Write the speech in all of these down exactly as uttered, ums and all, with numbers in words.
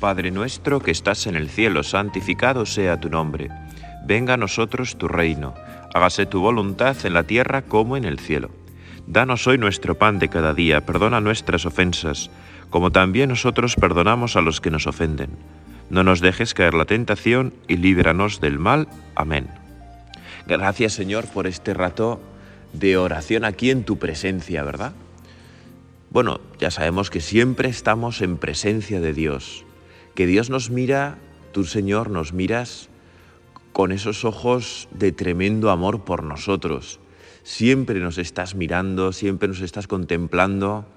Padre nuestro que estás en el cielo, santificado sea tu nombre. Venga a nosotros tu reino. Hágase tu voluntad en la tierra como en el cielo. Danos hoy nuestro pan de cada día. Perdona nuestras ofensas, como también nosotros perdonamos a los que nos ofenden. No nos dejes caer la tentación y líbranos del mal. Amén. Gracias, Señor, por este rato de oración aquí en tu presencia, ¿verdad? Bueno, ya sabemos que siempre estamos en presencia de Dios, que Dios nos mira, tú, Señor, nos miras con esos ojos de tremendo amor por nosotros. Siempre nos estás mirando, siempre nos estás contemplando,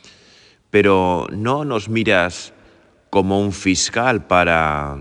pero no nos miras como un fiscal para,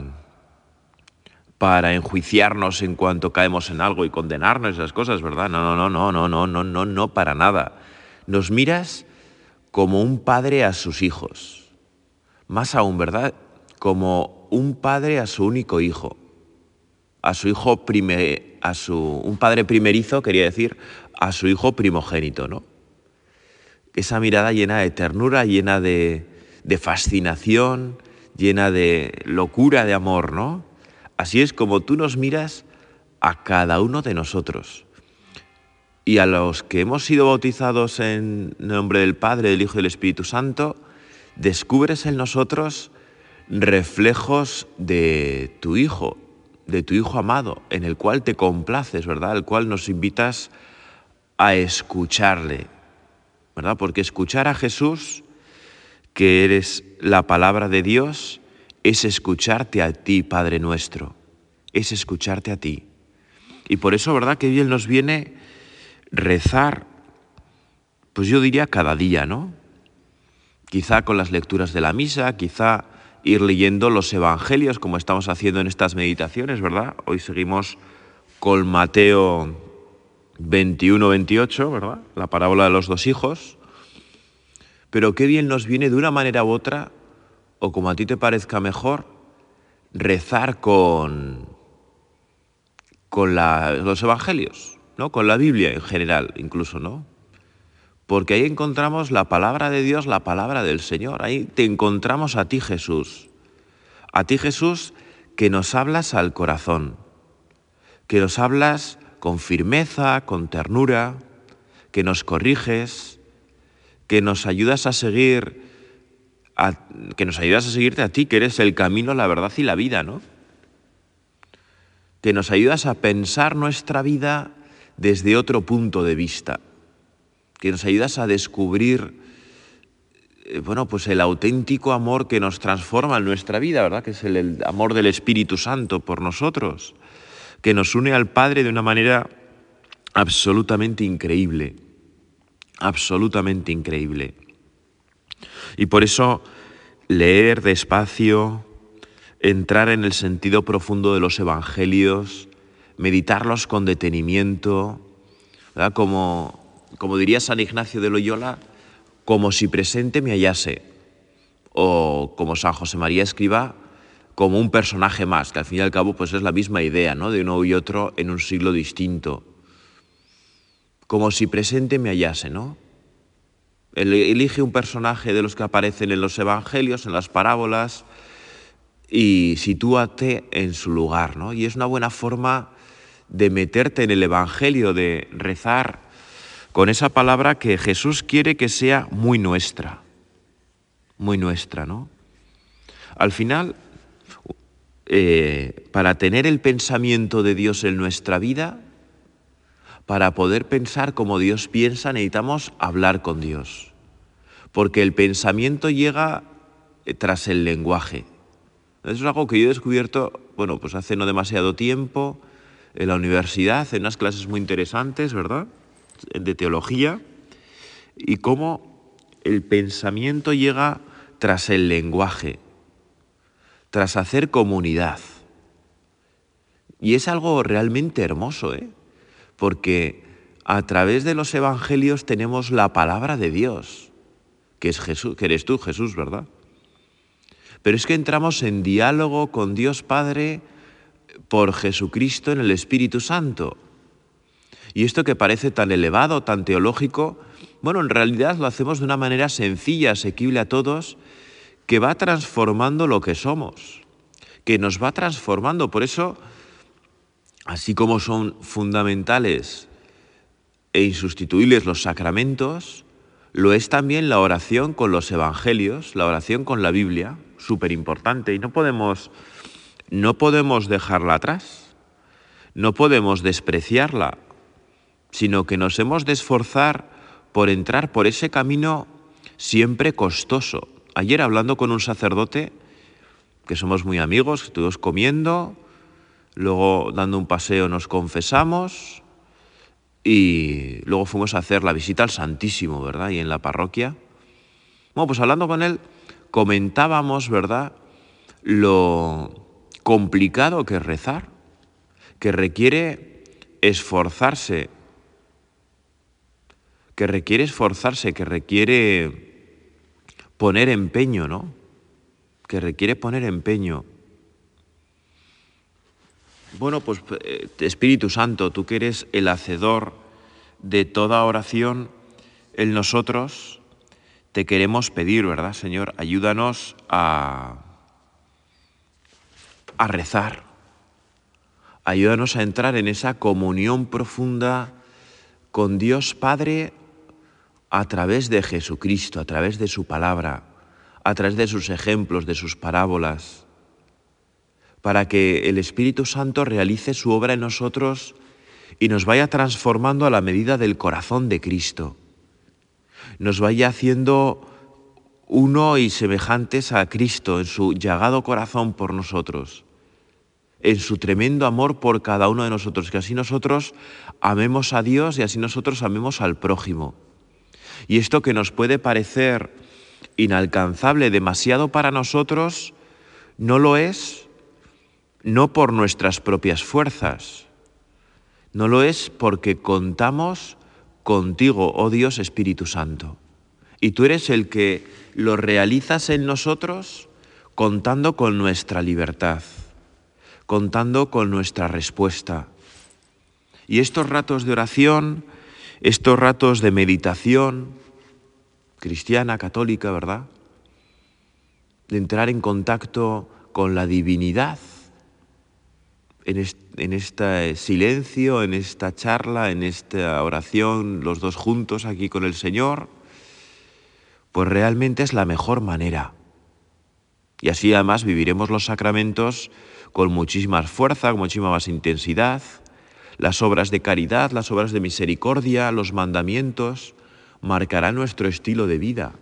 para enjuiciarnos en cuanto caemos en algo y condenarnos esas cosas, ¿verdad? No, no, no, no, no, no, no, no, para nada. Nos miras como un padre a sus hijos. Más aún, ¿verdad? Como un padre a su único hijo. A su hijo prime, a su un padre primerizo, quería decir, a su hijo primogénito, ¿no? Esa mirada llena de ternura, llena de, de fascinación, llena de locura de amor, ¿no? Así es como tú nos miras a cada uno de nosotros. Y a los que hemos sido bautizados en nombre del Padre, del Hijo y del Espíritu Santo, descubres en nosotros reflejos de tu Hijo, de tu Hijo amado, en el cual te complaces, ¿verdad? El cual nos invitas a escucharle, ¿verdad? Porque escuchar a Jesús, que eres la palabra de Dios, es escucharte a ti, Padre nuestro, es escucharte a ti. Y por eso, ¿verdad? Que bien nos viene rezar, pues yo diría cada día, ¿no? Quizá con las lecturas de la misa, quizá ir leyendo los evangelios como estamos haciendo en estas meditaciones, ¿verdad? Hoy seguimos con Mateo veintiuno veintiocho, ¿verdad? La parábola de los dos hijos. Pero qué bien nos viene de una manera u otra, o como a ti te parezca mejor, rezar con, con la, los evangelios, ¿no? Con la Biblia en general, incluso, ¿no? Porque ahí encontramos la palabra de Dios, la palabra del Señor. Ahí te encontramos a ti, Jesús. A ti, Jesús, que nos hablas al corazón, que nos hablas con firmeza, con ternura, que nos corriges, que nos ayudas a seguir, a, que nos ayudas a seguirte a ti, que eres el camino, la verdad y la vida, ¿no? Que nos ayudas a pensar nuestra vida desde otro punto de vista, que nos ayudas a descubrir, eh, bueno, pues el auténtico amor que nos transforma en nuestra vida, ¿verdad? Que es el, el amor del Espíritu Santo por nosotros, que nos une al Padre de una manera absolutamente increíble, absolutamente increíble. Y por eso leer despacio, entrar en el sentido profundo de los evangelios, meditarlos con detenimiento, ¿verdad? Como, como diría San Ignacio de Loyola, como si presente me hallase, o como San José María Escrivá, como un personaje más, que al fin y al cabo pues es la misma idea, ¿no? De uno y otro en un siglo distinto. Como si presente me hallase, ¿no? Elige un personaje de los que aparecen en los evangelios, en las parábolas, y sitúate en su lugar, ¿no? Y es una buena forma de meterte en el evangelio, de rezar con esa palabra que Jesús quiere que sea muy nuestra, muy nuestra, ¿no? Al final, eh, para tener el pensamiento de Dios en nuestra vida, para poder pensar como Dios piensa, necesitamos hablar con Dios, porque el pensamiento llega tras el lenguaje. Eso es algo que yo he descubierto, bueno, pues hace no demasiado tiempo, en la universidad, en unas clases muy interesantes, ¿verdad?, de teología, y cómo el pensamiento llega tras el lenguaje, tras hacer comunidad. Y es algo realmente hermoso, ¿eh? Porque a través de los evangelios tenemos la palabra de Dios, que es Jesús, que eres tú, Jesús, ¿verdad? Pero es que entramos en diálogo con Dios Padre por Jesucristo en el Espíritu Santo. Y esto que parece tan elevado, tan teológico, bueno, en realidad lo hacemos de una manera sencilla, asequible a todos, que va transformando lo que somos, que nos va transformando. Por eso, así como son fundamentales e insustituibles los sacramentos, lo es también la oración con los evangelios, la oración con la Biblia, súper importante, y no podemos, no podemos dejarla atrás, no podemos despreciarla, sino que nos hemos de esforzar por entrar por ese camino siempre costoso. Ayer, hablando con un sacerdote, que somos muy amigos, estuvimos comiendo, luego dando un paseo nos confesamos y luego fuimos a hacer la visita al Santísimo, ¿verdad? Y en la parroquia. Bueno, pues hablando con él, comentábamos, ¿verdad?, lo complicado que es rezar, que requiere esforzarse, que requiere esforzarse, que requiere poner empeño, ¿no? Que requiere poner empeño. Bueno, pues Espíritu Santo, tú que eres el hacedor de toda oración, en nosotros te queremos pedir, ¿verdad, Señor? Ayúdanos a, a rezar. Ayúdanos a entrar en esa comunión profunda con Dios Padre a través de Jesucristo, a través de su palabra, a través de sus ejemplos, de sus parábolas, para que el Espíritu Santo realice su obra en nosotros y nos vaya transformando a la medida del corazón de Cristo. Nos vaya haciendo uno y semejantes a Cristo en su llagado corazón por nosotros, en su tremendo amor por cada uno de nosotros, que así nosotros amemos a Dios y así nosotros amemos al prójimo. Y esto que nos puede parecer inalcanzable, demasiado para nosotros, no lo es, no por nuestras propias fuerzas, no lo es porque contamos contigo, oh Dios Espíritu Santo. Y tú eres el que lo realizas en nosotros contando con nuestra libertad, contando con nuestra respuesta. Y estos ratos de oración, estos ratos de meditación cristiana, católica, ¿verdad?, de entrar en contacto con la divinidad, en, est en este silencio, en esta charla, en esta oración, los dos juntos aquí con el Señor, pues realmente es la mejor manera. Y así además viviremos los sacramentos con muchísima más fuerza, con muchísima más intensidad, las obras de caridad, las obras de misericordia, los mandamientos, marcarán nuestro estilo de vida.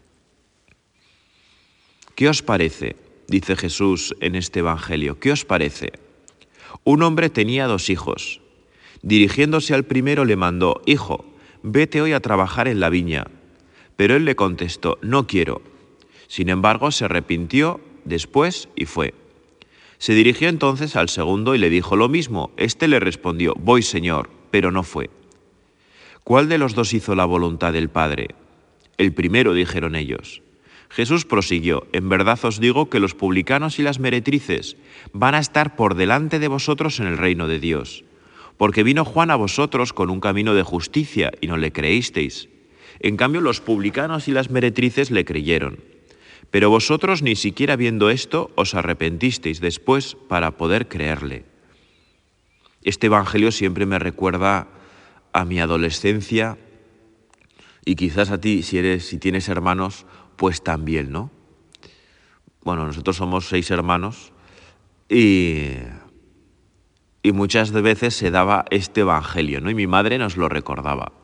¿Qué os parece?, dice Jesús en este Evangelio, ¿qué os parece? Un hombre tenía dos hijos. Dirigiéndose al primero le mandó: «Hijo, vete hoy a trabajar en la viña». Pero él le contestó: «No quiero». Sin embargo, se arrepintió después y fue. Se dirigió entonces al segundo y le dijo lo mismo. Este le respondió: «Voy, Señor», pero no fue. ¿Cuál de los dos hizo la voluntad del Padre? El primero, dijeron ellos. Jesús prosiguió: «En verdad os digo que los publicanos y las meretrices van a estar por delante de vosotros en el reino de Dios. Porque vino Juan a vosotros con un camino de justicia y no le creísteis. En cambio, los publicanos y las meretrices le creyeron. Pero vosotros, ni siquiera viendo esto, os arrepentisteis después para poder creerle». Este Evangelio siempre me recuerda a mi adolescencia y quizás a ti, si eres, si tienes hermanos, pues también, ¿no? Bueno, nosotros somos seis hermanos y, y muchas veces se daba este Evangelio, ¿no? Y mi madre nos lo recordaba.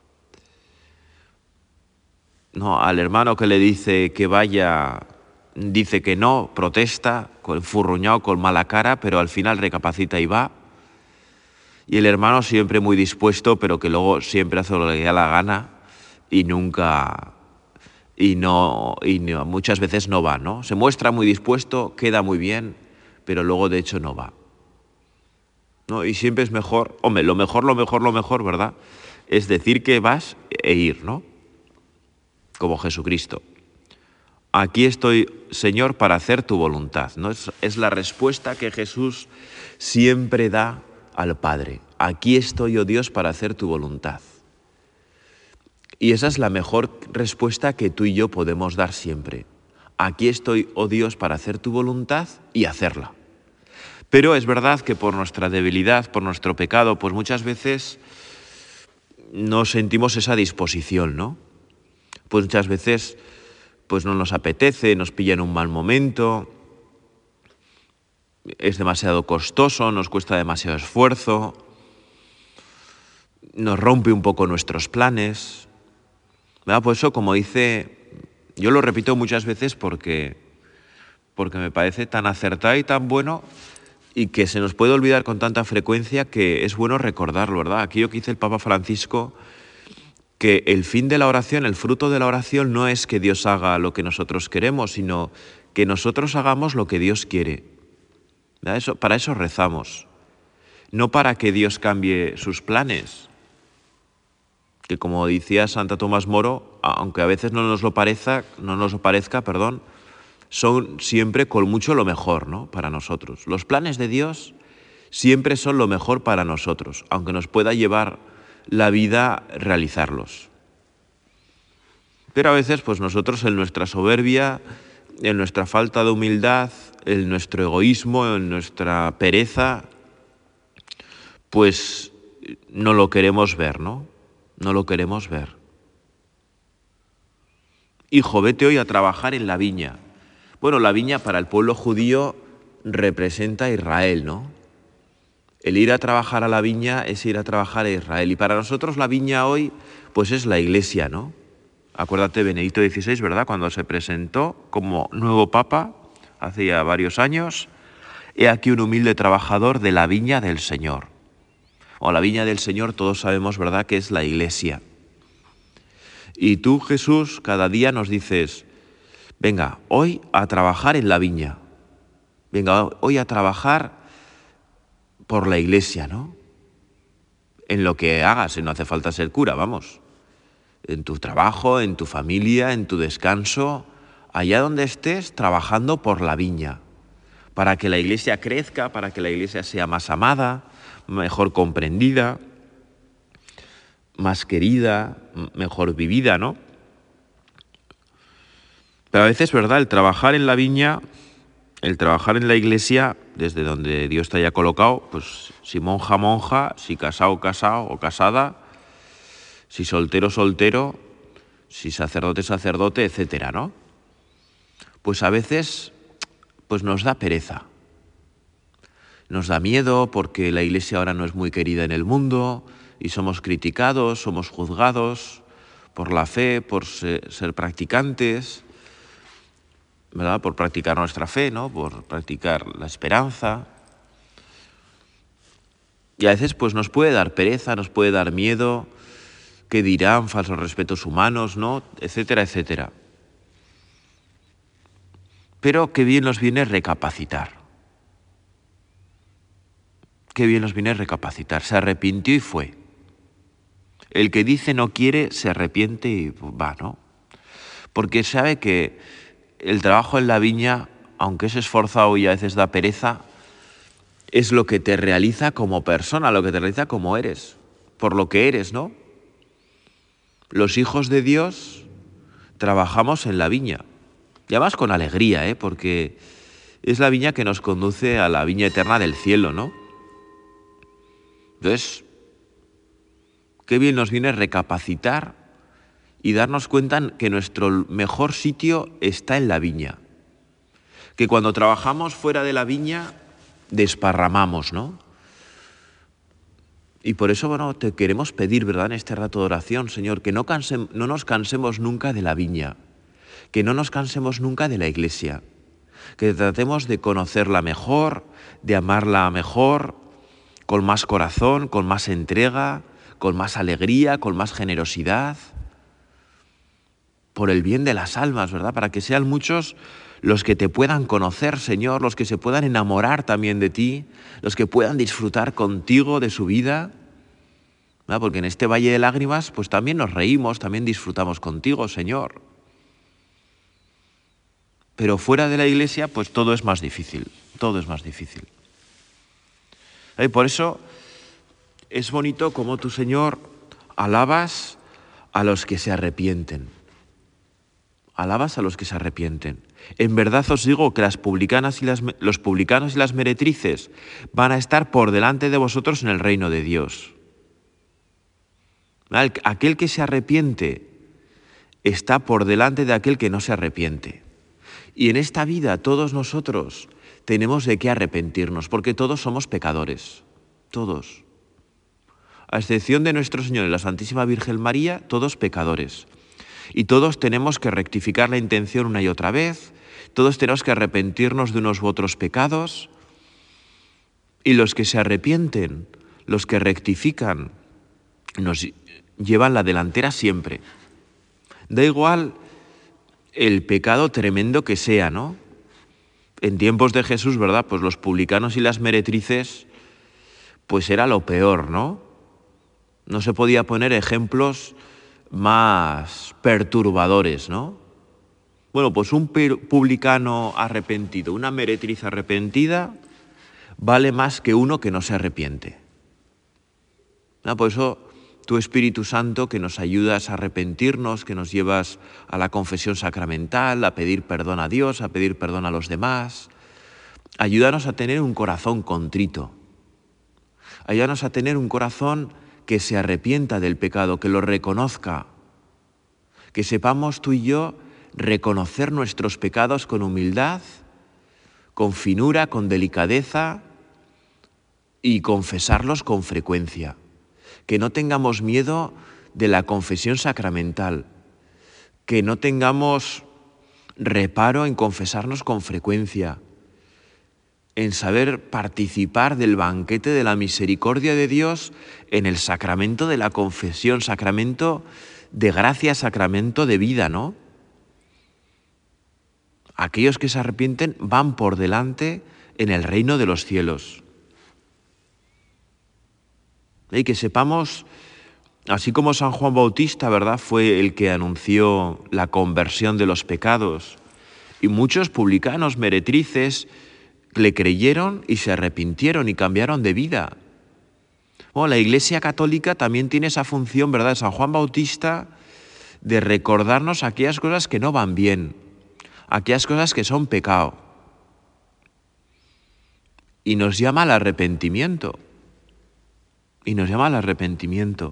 No, al hermano que le dice que vaya, dice que no, protesta, enfurruñado, con mala cara, pero al final recapacita y va. Y el hermano siempre muy dispuesto, pero que luego siempre hace lo que le da la gana y nunca, y no, y no, muchas veces no va, ¿no? Se muestra muy dispuesto, queda muy bien, pero luego de hecho no va, ¿no? Y siempre es mejor, hombre, lo mejor, lo mejor, lo mejor, ¿verdad?, es decir que vas e ir, ¿no? Como Jesucristo. Aquí estoy, Señor, para hacer tu voluntad, ¿no? Es, es la respuesta que Jesús siempre da al Padre. Aquí estoy, oh Dios, para hacer tu voluntad. Y esa es la mejor respuesta que tú y yo podemos dar siempre. aquí estoy, oh Dios, para hacer tu voluntad y hacerla. Pero es verdad que por nuestra debilidad, por nuestro pecado, pues muchas veces no sentimos esa disposición, ¿no? Pues muchas veces pues no nos apetece, nos pilla en un mal momento, es demasiado costoso, nos cuesta demasiado esfuerzo, nos rompe un poco nuestros planes, ¿verdad? Por eso, como dice, yo lo repito muchas veces porque, porque me parece tan acertado y tan bueno y que se nos puede olvidar con tanta frecuencia que es bueno recordarlo, ¿verdad? Aquello que dice el Papa Francisco, que el fin de la oración, el fruto de la oración no es que Dios haga lo que nosotros queremos, sino que nosotros hagamos lo que Dios quiere. Eso, para eso rezamos, no para que Dios cambie sus planes, que como decía Santa Tomás Moro, aunque a veces no nos lo parezca, no nos lo parezca, perdón, son siempre con mucho lo mejor, ¿no? Para nosotros. Los planes de Dios siempre son lo mejor para nosotros, aunque nos pueda llevar la vida realizarlos. Pero a veces, pues nosotros en nuestra soberbia, en nuestra falta de humildad, en nuestro egoísmo, en nuestra pereza, pues no lo queremos ver, ¿no? No lo queremos ver. Hijo, vete hoy a trabajar en la viña. Bueno, la viña para el pueblo judío representa a Israel, ¿no? El ir a trabajar a la viña es ir a trabajar a Israel. Y para nosotros la viña hoy, pues es la iglesia, ¿no? Acuérdate, Benedicto dieciséis, ¿verdad? Cuando se presentó como nuevo papa, hace ya varios años, he aquí un humilde trabajador de la viña del Señor. O la viña del Señor, todos sabemos, ¿verdad?, que es la iglesia. Y tú, Jesús, cada día nos dices, venga, hoy a trabajar en la viña. Venga, hoy a trabajar por la iglesia, ¿no? En lo que hagas, no hace falta ser cura, vamos. En tu trabajo, en tu familia, en tu descanso, allá donde estés, trabajando por la viña, para que la iglesia crezca, para que la iglesia sea más amada, mejor comprendida, más querida, mejor vivida, ¿no? Pero a veces, ¿verdad?, el trabajar en la viña, el trabajar en la iglesia, desde donde Dios te haya colocado, pues si monja, monja, si casado, casado o casada, si soltero, soltero, si sacerdote, sacerdote, etcétera, ¿no? Pues a veces pues nos da pereza. Nos da miedo porque la iglesia ahora no es muy querida en el mundo y somos criticados, somos juzgados por la fe, por ser, ser practicantes, ¿verdad? Por practicar nuestra fe, ¿no? Por practicar la esperanza. Y a veces pues nos puede dar pereza, nos puede dar miedo, qué dirán, falsos respetos humanos, ¿no? Etcétera, etcétera. Pero qué bien nos viene recapacitar. Qué bien nos viene recapacitar. Se arrepintió y fue. El que dice no quiere, se arrepiente y va, ¿no? Porque sabe que el trabajo en la viña, aunque es esforzado y a veces da pereza, es lo que te realiza como persona, lo que te realiza como eres, por lo que eres, ¿no? Los hijos de Dios trabajamos en la viña, y además con alegría, ¿eh? Porque es la viña que nos conduce a la viña eterna del cielo, ¿no? Entonces, qué bien nos viene recapacitar y darnos cuenta que nuestro mejor sitio está en la viña. Que cuando trabajamos fuera de la viña, desparramamos, ¿no? Y por eso, bueno, te queremos pedir, ¿verdad?, en este rato de oración, Señor, que no, canse, no nos cansemos nunca de la viña, que no nos cansemos nunca de la iglesia, que tratemos de conocerla mejor, de amarla mejor, con más corazón, con más entrega, con más alegría, con más generosidad, por el bien de las almas, ¿verdad?, para que sean muchos los que te puedan conocer, Señor, los que se puedan enamorar también de ti, los que puedan disfrutar contigo de su vida, ¿verdad? Porque en este valle de lágrimas pues también nos reímos, también disfrutamos contigo, Señor. Pero fuera de la iglesia pues todo es más difícil, todo es más difícil. Y por eso es bonito como tú, Señor, alabas a los que se arrepienten. Alabas a los que se arrepienten. En verdad os digo que las publicanas y las, los publicanos y las meretrices van a estar por delante de vosotros en el reino de Dios. Aquel que se arrepiente está por delante de aquel que no se arrepiente. Y en esta vida todos nosotros tenemos de qué arrepentirnos, porque todos somos pecadores, todos. A excepción de nuestro Señor y la Santísima Virgen María, todos pecadores. Y todos tenemos que rectificar la intención una y otra vez, todos tenemos que arrepentirnos de unos u otros pecados, y los que se arrepienten, los que rectifican, nos llevan la delantera siempre. Da igual el pecado tremendo que sea, ¿no? En tiempos de Jesús, ¿verdad? Pues los publicanos y las meretrices, pues era lo peor, ¿no? No se podía poner ejemplos más perturbadores, ¿no? Bueno, pues un publicano arrepentido, una meretriz arrepentida, vale más que uno que no se arrepiente. ¿No? Por eso, tu Espíritu Santo, que nos ayudas a arrepentirnos, que nos llevas a la confesión sacramental, a pedir perdón a Dios, a pedir perdón a los demás, ayúdanos a tener un corazón contrito. Ayúdanos a tener un corazón que se arrepienta del pecado, que lo reconozca, que sepamos tú y yo reconocer nuestros pecados con humildad, con finura, con delicadeza y confesarlos con frecuencia. Que no tengamos miedo de la confesión sacramental, que no tengamos reparo en confesarnos con frecuencia, en saber participar del banquete de la misericordia de Dios en el sacramento de la confesión, sacramento de gracia, sacramento de vida, ¿no? Aquellos que se arrepienten van por delante en el reino de los cielos. Y que sepamos, así como San Juan Bautista, ¿verdad?, fue el que anunció la conversión de los pecados, y muchos publicanos, meretrices, le creyeron y se arrepintieron y cambiaron de vida. Bueno, la Iglesia Católica también tiene esa función, ¿verdad?, de San Juan Bautista, de recordarnos aquellas cosas que no van bien, aquellas cosas que son pecado. Y nos llama al arrepentimiento. Y nos llama al arrepentimiento.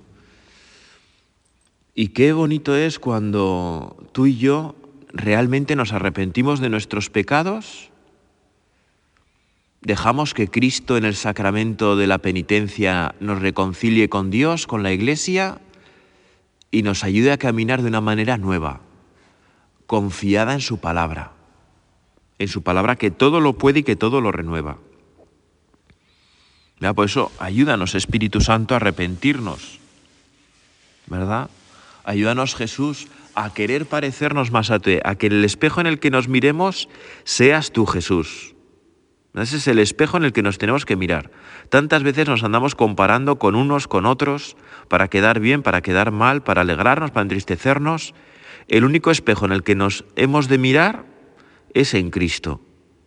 Y qué bonito es cuando tú y yo realmente nos arrepentimos de nuestros pecados, dejamos que Cristo en el sacramento de la penitencia nos reconcilie con Dios, con la Iglesia, y nos ayude a caminar de una manera nueva, confiada en su palabra, en su palabra que todo lo puede y que todo lo renueva. ¿Verdad? Por eso, ayúdanos, Espíritu Santo, a arrepentirnos, ¿verdad? Ayúdanos, Jesús, a querer parecernos más a ti, a que el espejo en el que nos miremos seas tú, Jesús. Ese es el espejo en el que nos tenemos que mirar. Tantas veces nos andamos comparando con unos, con otros, para quedar bien, para quedar mal, para alegrarnos, para entristecernos. El único espejo en el que nos hemos de mirar es en Cristo.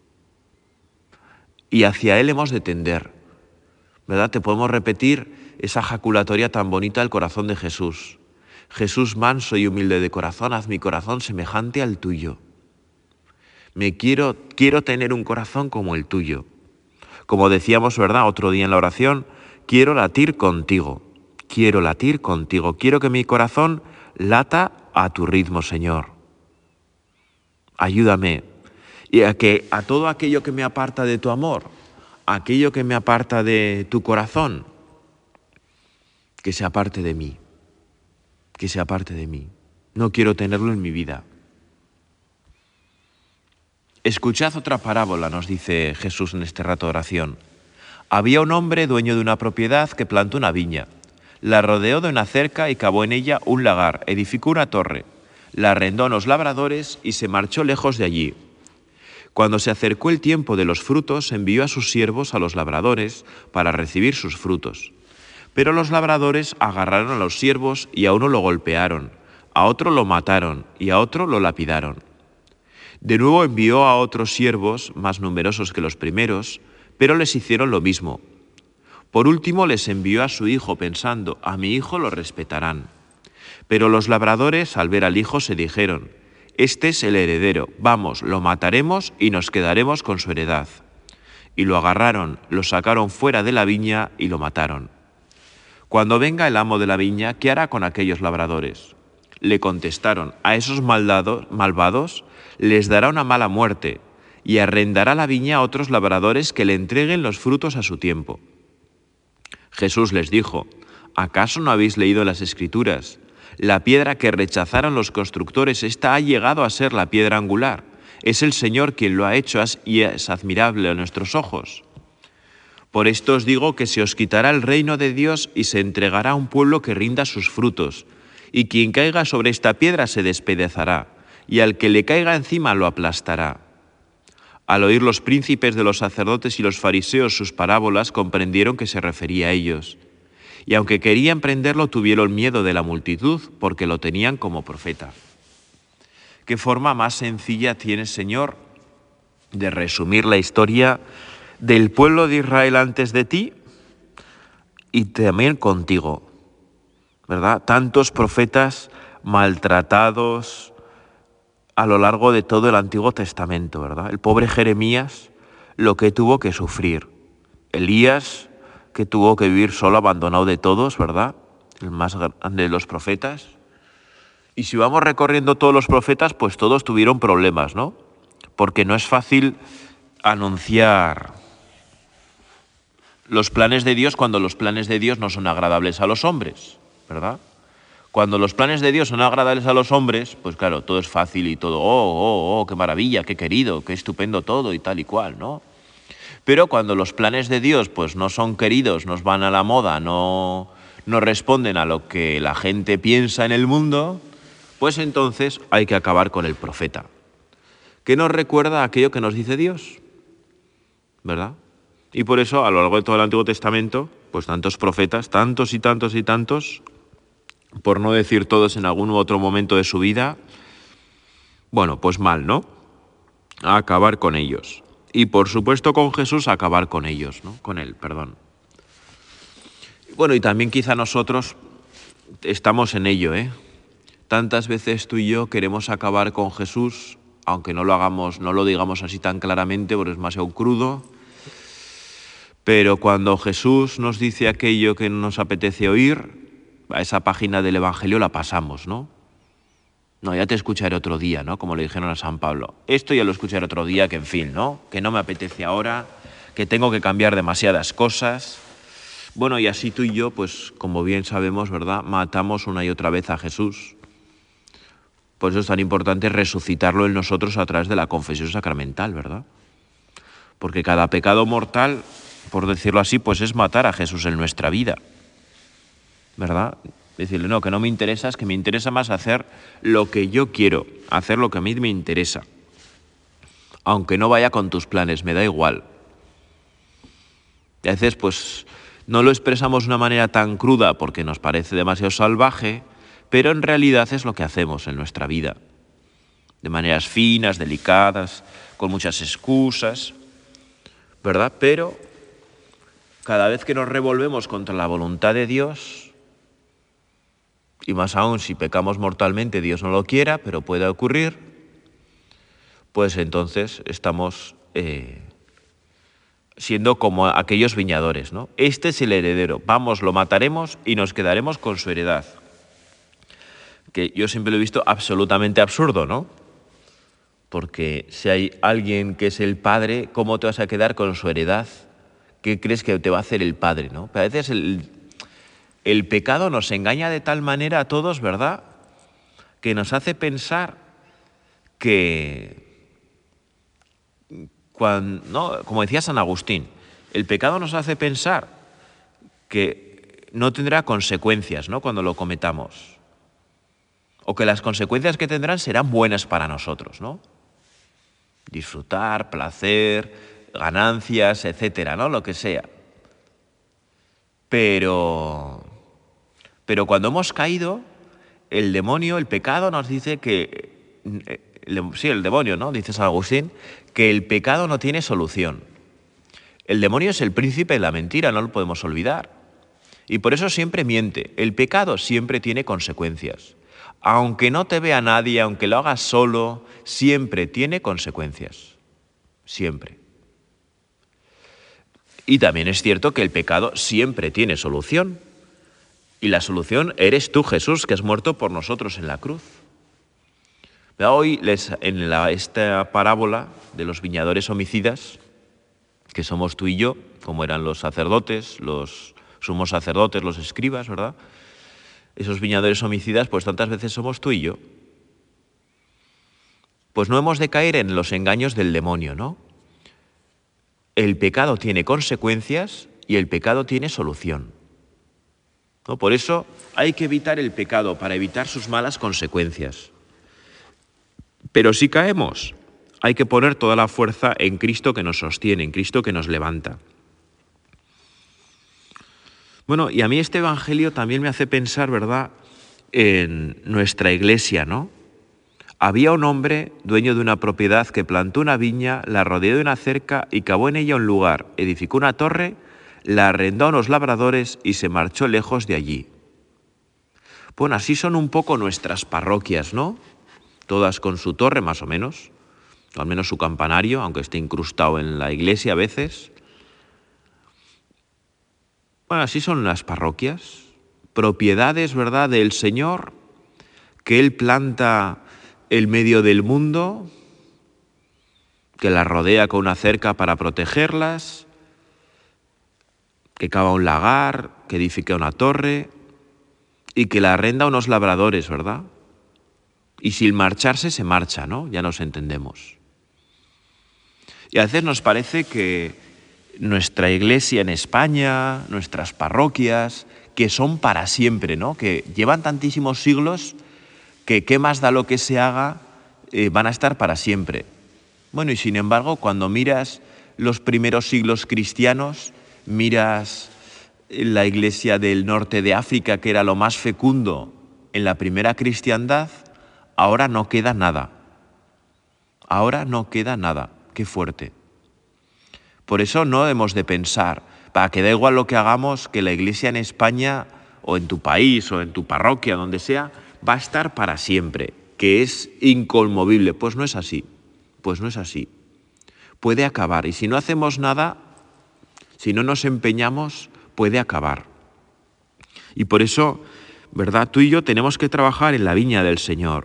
Y hacia Él hemos de tender. ¿Verdad? Te podemos repetir esa jaculatoria tan bonita del corazón de Jesús. Jesús manso y humilde de corazón, haz mi corazón semejante al tuyo. Me quiero, quiero tener un corazón como el tuyo. Como decíamos, ¿verdad?, otro día en la oración, quiero latir contigo. Quiero latir contigo. Quiero que mi corazón lata a tu ritmo, Señor. Ayúdame. Y a que a todo aquello que me aparta de tu amor, aquello que me aparta de tu corazón, que se aparte de mí, que se aparte de mí. No quiero tenerlo en mi vida. Escuchad otra parábola, nos dice Jesús en este rato de oración. Había un hombre dueño de una propiedad que plantó una viña, la rodeó de una cerca y cavó en ella un lagar, edificó una torre, la arrendó a unos labradores y se marchó lejos de allí. Cuando se acercó el tiempo de los frutos, envió a sus siervos a los labradores para recibir sus frutos. Pero los labradores agarraron a los siervos y a uno lo golpearon, a otro lo mataron y a otro lo lapidaron. De nuevo envió a otros siervos, más numerosos que los primeros, pero les hicieron lo mismo. Por último les envió a su hijo, pensando, a mi hijo lo respetarán. Pero los labradores, al ver al hijo, se dijeron, este es el heredero, vamos, lo mataremos y nos quedaremos con su heredad. Y lo agarraron, lo sacaron fuera de la viña y lo mataron. Cuando venga el amo de la viña, ¿qué hará con aquellos labradores? Le contestaron, a esos maldados, malvados les dará una mala muerte y arrendará la viña a otros labradores que le entreguen los frutos a su tiempo. Jesús les dijo, ¿acaso no habéis leído las Escrituras? La piedra que rechazaron los constructores, esta ha llegado a ser la piedra angular. Es el Señor quien lo ha hecho y es admirable a nuestros ojos. Por esto os digo que se os quitará el reino de Dios y se entregará a un pueblo que rinda sus frutos. Y quien caiga sobre esta piedra se despedazará, y al que le caiga encima lo aplastará. Al oír los príncipes de los sacerdotes y los fariseos sus parábolas, comprendieron que se refería a ellos. Y aunque querían prenderlo, tuvieron miedo de la multitud, porque lo tenían como profeta. ¿Qué forma más sencilla tiene, Señor, de resumir la historia del pueblo de Israel antes de ti y también contigo? ¿Verdad? Tantos profetas maltratados a lo largo de todo el Antiguo Testamento, ¿verdad? El pobre Jeremías, lo que tuvo que sufrir. Elías, que tuvo que vivir solo, abandonado de todos, ¿verdad? El más grande de los profetas. Y si vamos recorriendo todos los profetas, pues todos tuvieron problemas, ¿no? Porque no es fácil anunciar los planes de Dios cuando los planes de Dios no son agradables a los hombres, ¿verdad? Cuando los planes de Dios son agradables a los hombres, pues claro, todo es fácil y todo, oh, oh, oh, qué maravilla, qué querido, qué estupendo todo y tal y cual, ¿no? Pero cuando los planes de Dios pues no son queridos, nos van a la moda, no, no responden a lo que la gente piensa en el mundo, pues entonces hay que acabar con el profeta. ¿Qué nos recuerda aquello que nos dice Dios? ¿Verdad? Y por eso, a lo largo de todo el Antiguo Testamento, pues tantos profetas, tantos y tantos y tantos, por no decir todos en algún u otro momento de su vida, bueno, pues mal, ¿no? A acabar con ellos. Y por supuesto con Jesús a acabar con ellos, ¿no? Con él, perdón. Bueno, y también quizá nosotros estamos en ello, ¿eh? Tantas veces tú y yo queremos acabar con Jesús, aunque no lo hagamos, no lo digamos así tan claramente porque es demasiado crudo, pero cuando Jesús nos dice aquello que nos apetece oír, a esa página del Evangelio la pasamos, ¿no? No, ya te escucharé otro día, ¿no? Como le dijeron a San Pablo. Esto ya lo escucharé otro día, que en fin, ¿no? Que no me apetece ahora, que tengo que cambiar demasiadas cosas. Bueno, y así tú y yo, pues como bien sabemos, ¿verdad? Matamos una y otra vez a Jesús. Por eso es tan importante resucitarlo en nosotros a través de la confesión sacramental, ¿verdad? Porque cada pecado mortal, por decirlo así, pues es matar a Jesús en nuestra vida, ¿verdad? Decirle, no, que no me interesa, es que me interesa más hacer lo que yo quiero, hacer lo que a mí me interesa. Aunque no vaya con tus planes, me da igual. Y a veces, pues, no lo expresamos de una manera tan cruda porque nos parece demasiado salvaje, pero en realidad es lo que hacemos en nuestra vida. De maneras finas, delicadas, con muchas excusas, ¿verdad? Pero cada vez que nos revolvemos contra la voluntad de Dios, y más aún si pecamos mortalmente, Dios no lo quiera, pero puede ocurrir, pues entonces estamos eh, siendo como aquellos viñadores, ¿no? Este es el heredero, vamos, lo mataremos y nos quedaremos con su heredad. Que yo siempre lo he visto absolutamente absurdo, ¿no? Porque si hay alguien que es el padre, ¿cómo te vas a quedar con su heredad? ¿Qué crees que te va a hacer el padre, no? Pero a veces el, el pecado nos engaña de tal manera a todos, ¿verdad? Que nos hace pensar que, cuando, ¿no? Como decía San Agustín, el pecado nos hace pensar que no tendrá consecuencias, ¿no? Cuando lo cometamos. O que las consecuencias que tendrán serán buenas para nosotros, ¿no? Disfrutar, placer, ganancias, etcétera, ¿no? Lo que sea. Pero, pero cuando hemos caído, el demonio, el pecado nos dice que, el, sí, el demonio, ¿no? Dice San Agustín, que el pecado no tiene solución. El demonio es el príncipe de la mentira, no lo podemos olvidar. Y por eso siempre miente. El pecado siempre tiene consecuencias. aunque no te vea nadie, aunque lo hagas solo, siempre tiene consecuencias. Siempre. Y también es cierto que el pecado siempre tiene solución. Y la solución eres tú, Jesús, que has muerto por nosotros en la cruz. Hoy, les, en la, esta parábola de los viñadores homicidas, que somos tú y yo, como eran los sacerdotes, los sumos sacerdotes, los escribas, ¿verdad? Esos viñadores homicidas, pues tantas veces somos tú y yo. Pues no hemos de caer en los engaños del demonio, ¿no? El pecado tiene consecuencias y el pecado tiene solución, ¿no? Por eso hay que evitar el pecado, para evitar sus malas consecuencias. Pero si caemos, hay que poner toda la fuerza en Cristo que nos sostiene, en Cristo que nos levanta. Bueno, y a mí este Evangelio también me hace pensar, ¿verdad?, en nuestra iglesia, ¿no? Había un hombre, dueño de una propiedad, que plantó una viña, la rodeó de una cerca y cavó en ella un lugar, edificó una torre, la arrendó a unos labradores y se marchó lejos de allí. Bueno, así son un poco nuestras parroquias, ¿no? Todas con su torre, más o menos, o al menos su campanario, aunque esté incrustado en la iglesia a veces. Bueno, así son las parroquias, propiedades, ¿verdad?, del Señor, que Él planta el medio del mundo, que las rodea con una cerca para protegerlas, que cava un lagar, que edifica una torre y que la arrenda a unos labradores, ¿verdad? Y sin marcharse se marcha, ¿no? Ya nos entendemos. Y a veces nos parece que nuestra iglesia en España, nuestras parroquias, que son para siempre, ¿no? Que llevan tantísimos siglos que qué más da lo que se haga, eh, van a estar para siempre. Bueno, y sin embargo, cuando miras los primeros siglos cristianos, miras la iglesia del norte de África, que era lo más fecundo en la primera cristiandad, ahora no queda nada. Ahora no queda nada. Qué fuerte. Por eso no hemos de pensar, para que da igual lo que hagamos, que la iglesia en España, o en tu país, o en tu parroquia, donde sea, va a estar para siempre, que es inconmovible. Pues no es así, pues no es así. Puede acabar, y si no hacemos nada, si no nos empeñamos, puede acabar. Y por eso, ¿verdad?, tú y yo tenemos que trabajar en la viña del Señor,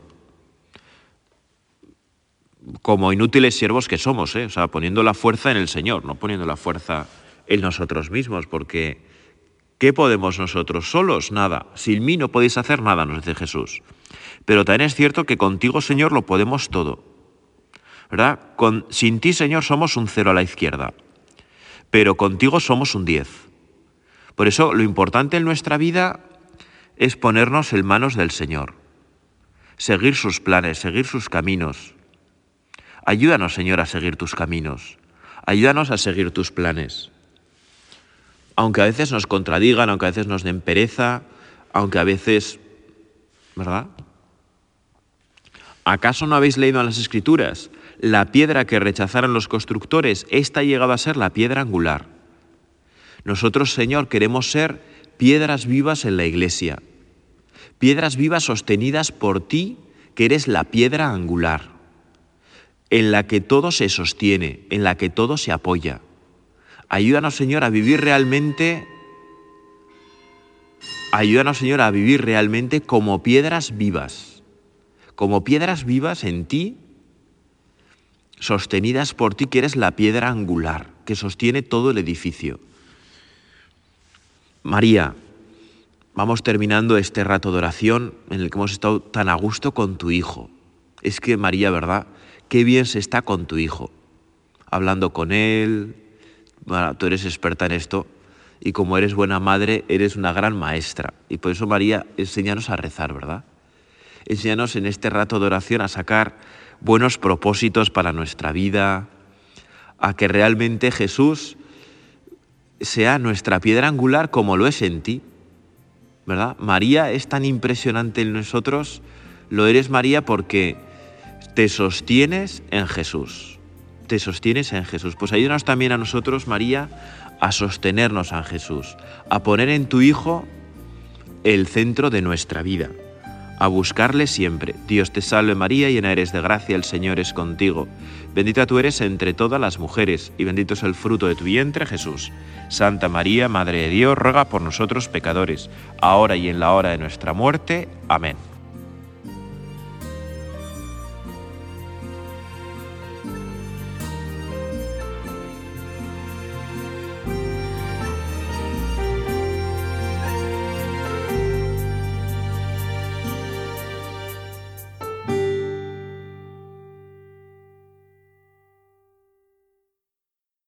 como inútiles siervos que somos, ¿eh? O sea, poniendo la fuerza en el Señor, no poniendo la fuerza en nosotros mismos, porque ¿qué podemos nosotros solos? Nada. Sin mí no podéis hacer nada, nos dice Jesús. Pero también es cierto que contigo, Señor, lo podemos todo, ¿verdad? Con, sin ti, Señor, somos un cero a la izquierda, pero contigo somos un diez. Por eso lo importante en nuestra vida es ponernos en manos del Señor, seguir sus planes, seguir sus caminos. Ayúdanos, Señor, a seguir tus caminos. Ayúdanos a seguir tus planes. Aunque a veces nos contradigan, aunque a veces nos den pereza, aunque a veces, ¿verdad? ¿Acaso no habéis leído en las Escrituras? La piedra que rechazaron los constructores, esta ha llegado a ser la piedra angular. Nosotros, Señor, queremos ser piedras vivas en la iglesia. Piedras vivas sostenidas por ti, que eres la piedra angular, en la que todo se sostiene, en la que todo se apoya. Ayúdanos, Señor, a vivir realmente, ayúdanos, Señor, a vivir realmente como piedras vivas, como piedras vivas en ti, sostenidas por ti, que eres la piedra angular, que sostiene todo el edificio. María, vamos terminando este rato de oración en el que hemos estado tan a gusto con tu Hijo. Es que, María, ¿verdad?, qué bien se está con tu Hijo, hablando con Él. Bueno, tú eres experta en esto y como eres buena madre, eres una gran maestra. Y por eso, María, enséñanos a rezar, ¿verdad? Enséñanos en este rato de oración a sacar buenos propósitos para nuestra vida, a que realmente Jesús sea nuestra piedra angular como lo es en ti, ¿verdad? María es tan impresionante en nosotros, lo eres, María, porque te sostienes en Jesús, te sostienes en Jesús. Pues ayúdanos también a nosotros, María, a sostenernos en Jesús, a poner en tu Hijo el centro de nuestra vida, a buscarle siempre. Dios te salve María, llena eres de gracia, el Señor es contigo. Bendita tú eres entre todas las mujeres, y bendito es el fruto de tu vientre, Jesús. Santa María, Madre de Dios, ruega por nosotros pecadores, ahora y en la hora de nuestra muerte. Amén.